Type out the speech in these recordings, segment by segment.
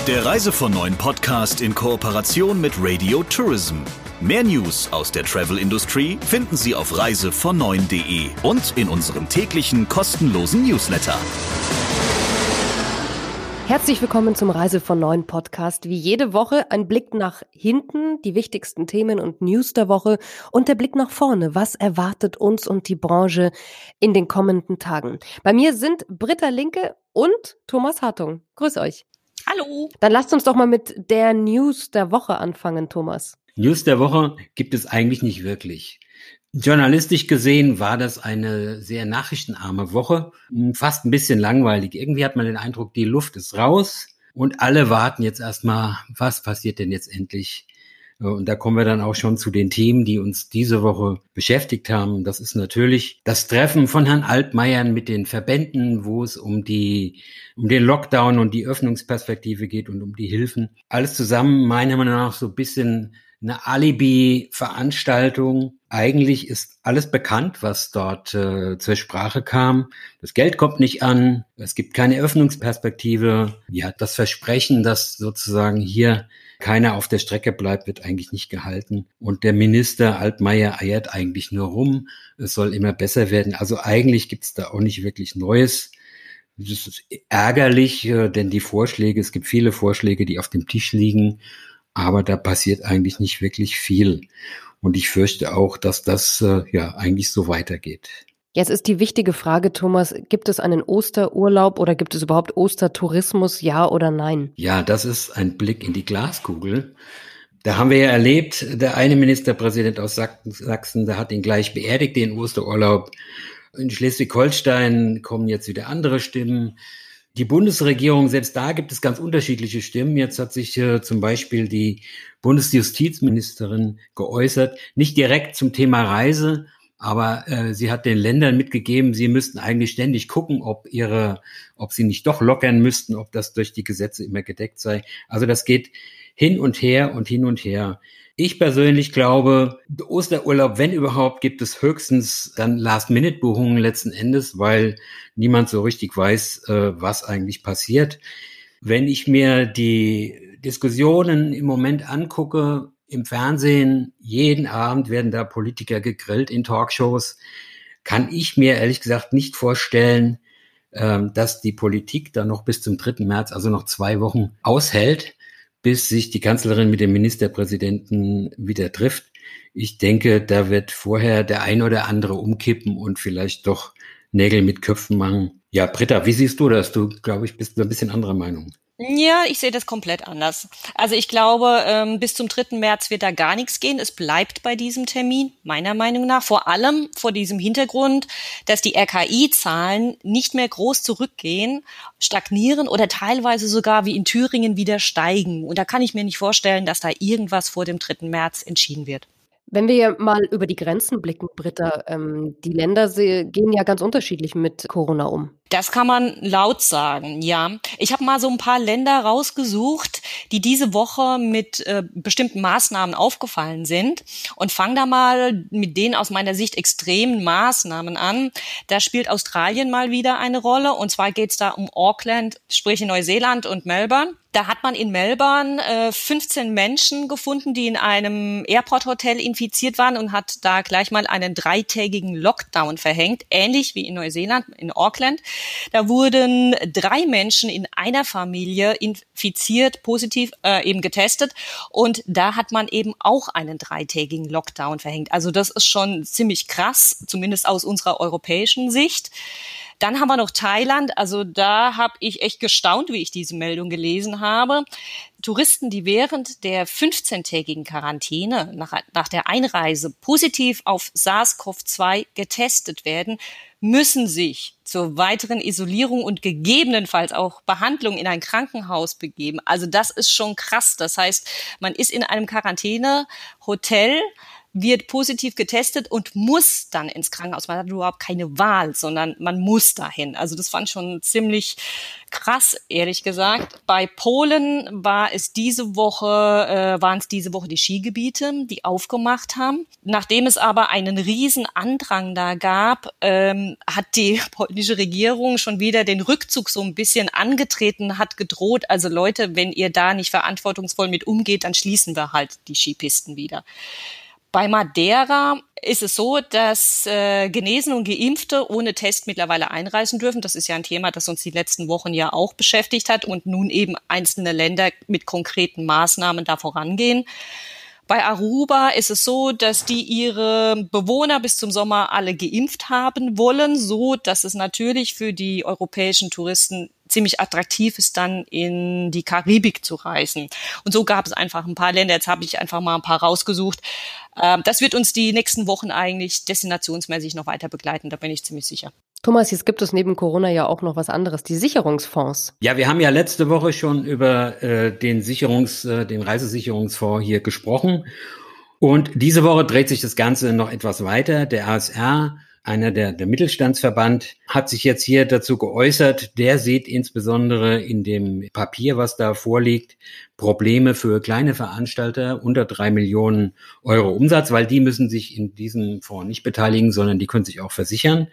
Der Reise von Neuen Podcast in Kooperation mit Radio Tourism. Mehr News aus der Travel-Industrie finden Sie auf reisevonneun.de und in unserem täglichen kostenlosen Newsletter. Herzlich willkommen zum Reise von Neuen Podcast. Wie jede Woche ein Blick nach hinten, die wichtigsten Themen und News der Woche und der Blick nach vorne. Was erwartet uns und die Branche in den kommenden Tagen? Bei mir sind Britta Linke und Thomas Hartung. Grüß euch. Hallo. Dann lasst uns doch mal mit der News der Woche anfangen, Thomas. News der Woche gibt es eigentlich nicht wirklich. Journalistisch gesehen war das eine sehr nachrichtenarme Woche, fast ein bisschen langweilig. Irgendwie hat man den Eindruck, die Luft ist raus und alle warten jetzt erstmal, was passiert denn jetzt endlich? Und da kommen wir dann auch schon zu den Themen, die uns diese Woche beschäftigt haben. Das ist natürlich das Treffen von Herrn Altmaier mit den Verbänden, wo es um den Lockdown und die Öffnungsperspektive geht und um die Hilfen. Alles zusammen, meiner Meinung nach, so ein bisschen eine Alibi-Veranstaltung. Eigentlich ist alles bekannt, was dort zur Sprache kam. Das Geld kommt nicht an, es gibt keine Öffnungsperspektive. Ja, das Versprechen, dass sozusagen hier keiner auf der Strecke bleibt, wird eigentlich nicht gehalten. Und der Minister Altmaier eiert eigentlich nur rum. Es soll immer besser werden. Also eigentlich gibt es da auch nicht wirklich Neues. Das ist ärgerlich, denn es gibt viele Vorschläge, die auf dem Tisch liegen. Aber da passiert eigentlich nicht wirklich viel. Und ich fürchte auch, dass das eigentlich so weitergeht. Jetzt ist die wichtige Frage, Thomas, gibt es einen Osterurlaub oder gibt es überhaupt Ostertourismus, ja oder nein? Ja, das ist ein Blick in die Glaskugel. Da haben wir ja erlebt, der eine Ministerpräsident aus Sachsen, der hat ihn gleich beerdigt, den Osterurlaub. In Schleswig-Holstein kommen jetzt wieder andere Stimmen. Die Bundesregierung, selbst da gibt es ganz unterschiedliche Stimmen. Jetzt hat sich zum Beispiel die Bundesjustizministerin geäußert, nicht direkt zum Thema Reise, aber sie hat den Ländern mitgegeben, sie müssten eigentlich ständig gucken, ob sie nicht doch lockern müssten, ob das durch die Gesetze immer gedeckt sei. Also das geht hin und her und hin und her. Ich persönlich glaube, Osterurlaub, wenn überhaupt, gibt es höchstens dann Last-Minute-Buchungen letzten Endes, weil niemand so richtig weiß, was eigentlich passiert. Wenn ich mir die Diskussionen im Moment angucke, im Fernsehen, jeden Abend werden da Politiker gegrillt in Talkshows, kann ich mir ehrlich gesagt nicht vorstellen, dass die Politik da noch bis zum 3. März, also noch 2 Wochen, aushält, bis sich die Kanzlerin mit dem Ministerpräsidenten wieder trifft. Ich denke, da wird vorher der ein oder andere umkippen und vielleicht doch Nägel mit Köpfen machen. Ja, Britta, wie siehst du das? Du, glaube ich, bist ein bisschen anderer Meinung. Ja, ich sehe das komplett anders. Also ich glaube, bis zum 3. März wird da gar nichts gehen. Es bleibt bei diesem Termin, meiner Meinung nach. Vor allem vor diesem Hintergrund, dass die RKI-Zahlen nicht mehr groß zurückgehen, stagnieren oder teilweise sogar wie in Thüringen wieder steigen. Und da kann ich mir nicht vorstellen, dass da irgendwas vor dem 3. März entschieden wird. Wenn wir mal über die Grenzen blicken, Britta, die Länder gehen ja ganz unterschiedlich mit Corona um. Das kann man laut sagen, ja. Ich habe mal so ein paar Länder rausgesucht, die diese Woche mit bestimmten Maßnahmen aufgefallen sind und fange da mal mit den aus meiner Sicht extremen Maßnahmen an. Da spielt Australien mal wieder eine Rolle und zwar geht's da um Auckland, sprich in Neuseeland und Melbourne. Da hat man in Melbourne 15 Menschen gefunden, die in einem Airport-Hotel infiziert waren und hat da gleich mal einen 3-tägigen Lockdown verhängt, ähnlich wie in Neuseeland, in Auckland. Da wurden 3 Menschen in einer Familie infiziert, positiv eben getestet und da hat man eben auch einen 3-tägigen Lockdown verhängt. Also das ist schon ziemlich krass, zumindest aus unserer europäischen Sicht. Dann haben wir noch Thailand, also da habe ich echt gestaunt, wie ich diese Meldung gelesen habe. Touristen, die während der 15-tägigen Quarantäne nach der Einreise positiv auf SARS-CoV-2 getestet werden, müssen sich zur weiteren Isolierung und gegebenenfalls auch Behandlung in ein Krankenhaus begeben. Also das ist schon krass. Das heißt, man ist in einem Quarantänehotel wird positiv getestet und muss dann ins Krankenhaus. Man hat überhaupt keine Wahl, sondern man muss dahin. Also das fand ich schon ziemlich krass, ehrlich gesagt. Bei Polen waren es diese Woche die Skigebiete, die aufgemacht haben. Nachdem es aber einen riesen Andrang da gab, hat die polnische Regierung schon wieder den Rückzug so ein bisschen angetreten, hat gedroht, also Leute, wenn ihr da nicht verantwortungsvoll mit umgeht, dann schließen wir halt die Skipisten wieder. Bei Madeira ist es so, dass Genesene und Geimpfte ohne Test mittlerweile einreisen dürfen. Das ist ja ein Thema, das uns die letzten Wochen ja auch beschäftigt hat und nun eben einzelne Länder mit konkreten Maßnahmen da vorangehen. Bei Aruba ist es so, dass die ihre Bewohner bis zum Sommer alle geimpft haben wollen, so dass es natürlich für die europäischen Touristen ziemlich attraktiv ist, dann in die Karibik zu reisen. Und so gab es einfach ein paar Länder. Jetzt habe ich einfach mal ein paar rausgesucht. Das wird uns die nächsten Wochen eigentlich destinationsmäßig noch weiter begleiten, da bin ich ziemlich sicher. Thomas, jetzt gibt es neben Corona ja auch noch was anderes, die Sicherungsfonds. Ja, wir haben ja letzte Woche schon über den Reisesicherungsfonds hier gesprochen. Und diese Woche dreht sich das Ganze noch etwas weiter. Der ASR, einer der Mittelstandsverband, hat sich jetzt hier dazu geäußert. Der sieht insbesondere in dem Papier, was da vorliegt, Probleme für kleine Veranstalter unter 3 Millionen Euro Umsatz, weil die müssen sich in diesem Fonds nicht beteiligen, sondern die können sich auch versichern.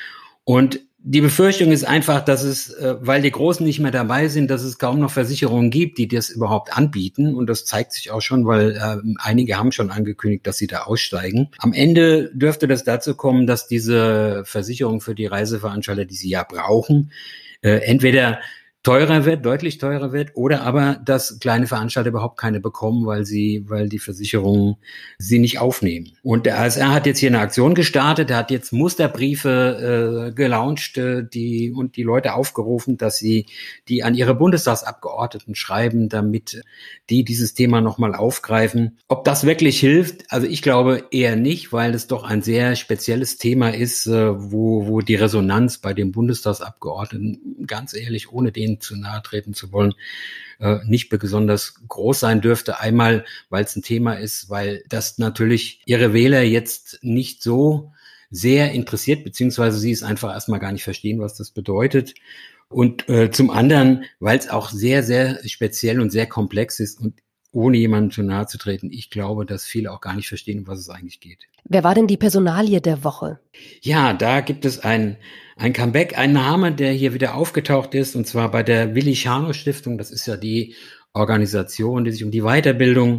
Und die Befürchtung ist einfach, dass es, weil die Großen nicht mehr dabei sind, dass es kaum noch Versicherungen gibt, die das überhaupt anbieten. Und das zeigt sich auch schon, weil einige haben schon angekündigt, dass sie da aussteigen. Am Ende dürfte das dazu kommen, dass diese Versicherung für die Reiseveranstalter, die sie ja brauchen, entweder teurer wird, deutlich teurer wird, oder aber, dass kleine Veranstalter überhaupt keine bekommen, weil die Versicherungen sie nicht aufnehmen. Und der ASR hat jetzt hier eine Aktion gestartet, er hat jetzt Musterbriefe gelauncht, die Leute aufgerufen, dass sie die an ihre Bundestagsabgeordneten schreiben, damit die dieses Thema nochmal aufgreifen. Ob das wirklich hilft, also ich glaube eher nicht, weil es doch ein sehr spezielles Thema ist, wo die Resonanz bei den Bundestagsabgeordneten, ganz ehrlich, ohne denen zu nahe treten zu wollen, nicht besonders groß sein dürfte. Einmal, weil es ein Thema ist, weil das natürlich ihre Wähler jetzt nicht so sehr interessiert, beziehungsweise sie es einfach erstmal gar nicht verstehen, was das bedeutet. Und zum anderen, weil es auch sehr, sehr speziell und sehr komplex ist und ohne jemandem zu nahe zu treten, ich glaube, dass viele auch gar nicht verstehen, um was es eigentlich geht. Wer war denn die Personalie der Woche? Ja, da gibt es ein Comeback, ein Name, der hier wieder aufgetaucht ist, und zwar bei der Willi-Scharnow-Stiftung. Das ist ja die Organisation, die sich um die Weiterbildung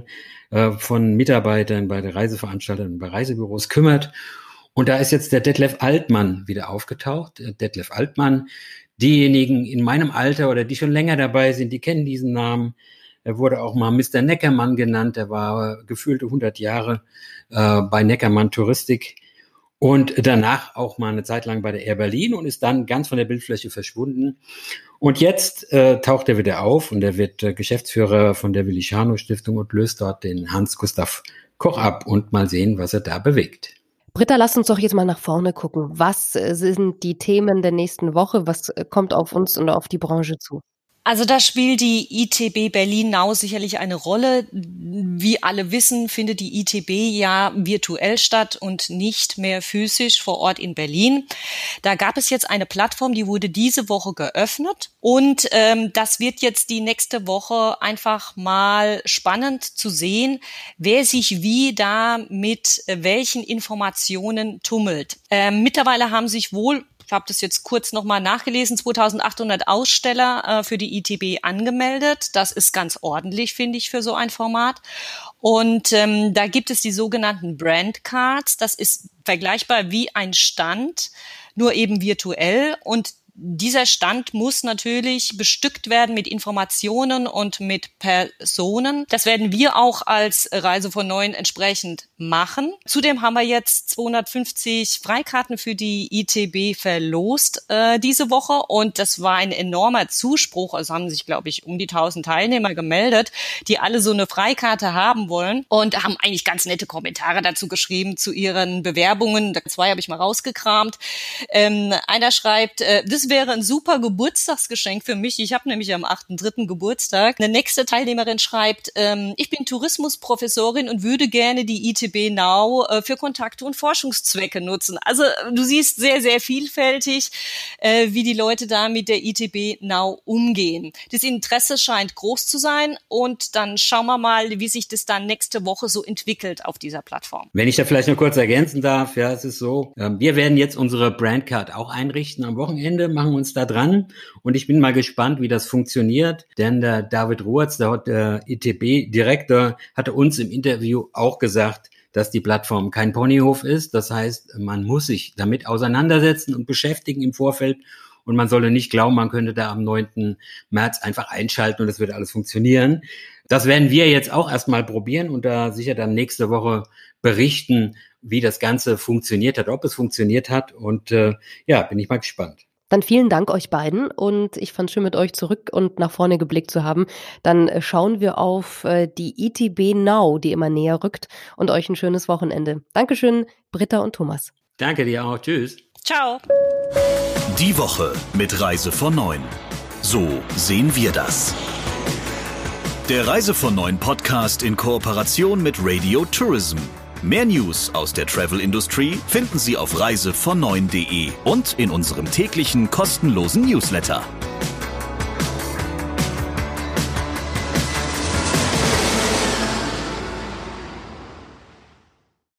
von Mitarbeitern bei der Reiseveranstaltern und bei Reisebüros kümmert. Und da ist jetzt der Detlef Altmann wieder aufgetaucht. Detlef Altmann, diejenigen in meinem Alter oder die schon länger dabei sind, die kennen diesen Namen. Er wurde auch mal Mr. Neckermann genannt. Er war gefühlte 100 Jahre bei Neckermann Touristik und danach auch mal eine Zeit lang bei der Air Berlin und ist dann ganz von der Bildfläche verschwunden. Und jetzt taucht er wieder auf und er wird Geschäftsführer von der Willi-Scharnow-Stiftung und löst dort den Hans-Gustav Koch ab und mal sehen, was er da bewegt. Britta, lass uns doch jetzt mal nach vorne gucken. Was sind die Themen der nächsten Woche? Was kommt auf uns und auf die Branche zu? Also da spielt die ITB Berlin-Now sicherlich eine Rolle. Wie alle wissen, findet die ITB ja virtuell statt und nicht mehr physisch vor Ort in Berlin. Da gab es jetzt eine Plattform, die wurde diese Woche geöffnet und das wird jetzt die nächste Woche einfach mal spannend zu sehen, wer sich wie da mit welchen Informationen tummelt. Mittlerweile haben sich wohl, ich habe das jetzt kurz nochmal nachgelesen, 2800 Aussteller für die ITB angemeldet. Das ist ganz ordentlich, finde ich, für so ein Format. Und da gibt es die sogenannten Brand Cards. Das ist vergleichbar wie ein Stand, nur eben virtuell. Und dieser Stand muss natürlich bestückt werden mit Informationen und mit Personen. Das werden wir auch als Reise von Neuen entsprechend machen. Zudem haben wir jetzt 250 Freikarten für die ITB verlost diese Woche und das war ein enormer Zuspruch. Es haben sich, glaube ich, um die 1000 Teilnehmer gemeldet, die alle so eine Freikarte haben wollen und haben eigentlich ganz nette Kommentare dazu geschrieben zu ihren Bewerbungen. 2 habe ich mal rausgekramt. Einer schreibt, "This das wäre ein super Geburtstagsgeschenk für mich. Ich habe nämlich am 8.3. Geburtstag. Eine nächste Teilnehmerin schreibt, ich bin Tourismusprofessorin und würde gerne die ITB Now für Kontakte und Forschungszwecke nutzen. Also du siehst sehr, sehr vielfältig, wie die Leute da mit der ITB Now umgehen. Das Interesse scheint groß zu sein und dann schauen wir mal, wie sich das dann nächste Woche so entwickelt auf dieser Plattform. Wenn ich da vielleicht noch kurz ergänzen darf, ja, es ist so, wir werden jetzt unsere Brandcard auch einrichten am Wochenende, machen uns da dran und ich bin mal gespannt, wie das funktioniert, denn der David Ruhrz, der ITB-Direktor, hatte uns im Interview auch gesagt, dass die Plattform kein Ponyhof ist. Das heißt, man muss sich damit auseinandersetzen und beschäftigen im Vorfeld und man solle nicht glauben, man könnte da am 9. März einfach einschalten und es wird alles funktionieren. Das werden wir jetzt auch erstmal probieren und da sicher dann nächste Woche berichten, wie das Ganze funktioniert hat, ob es funktioniert hat und bin ich mal gespannt. Dann vielen Dank euch beiden und ich fand es schön, mit euch zurück und nach vorne geblickt zu haben. Dann schauen wir auf die ITB Now, die immer näher rückt und euch ein schönes Wochenende. Dankeschön, Britta und Thomas. Danke dir auch. Tschüss. Ciao. Die Woche mit Reise von 9. So sehen wir das. Der Reise von 9 Podcast in Kooperation mit Radio Tourism. Mehr News aus der Travel Industry finden Sie auf reisevon9.de und in unserem täglichen kostenlosen Newsletter.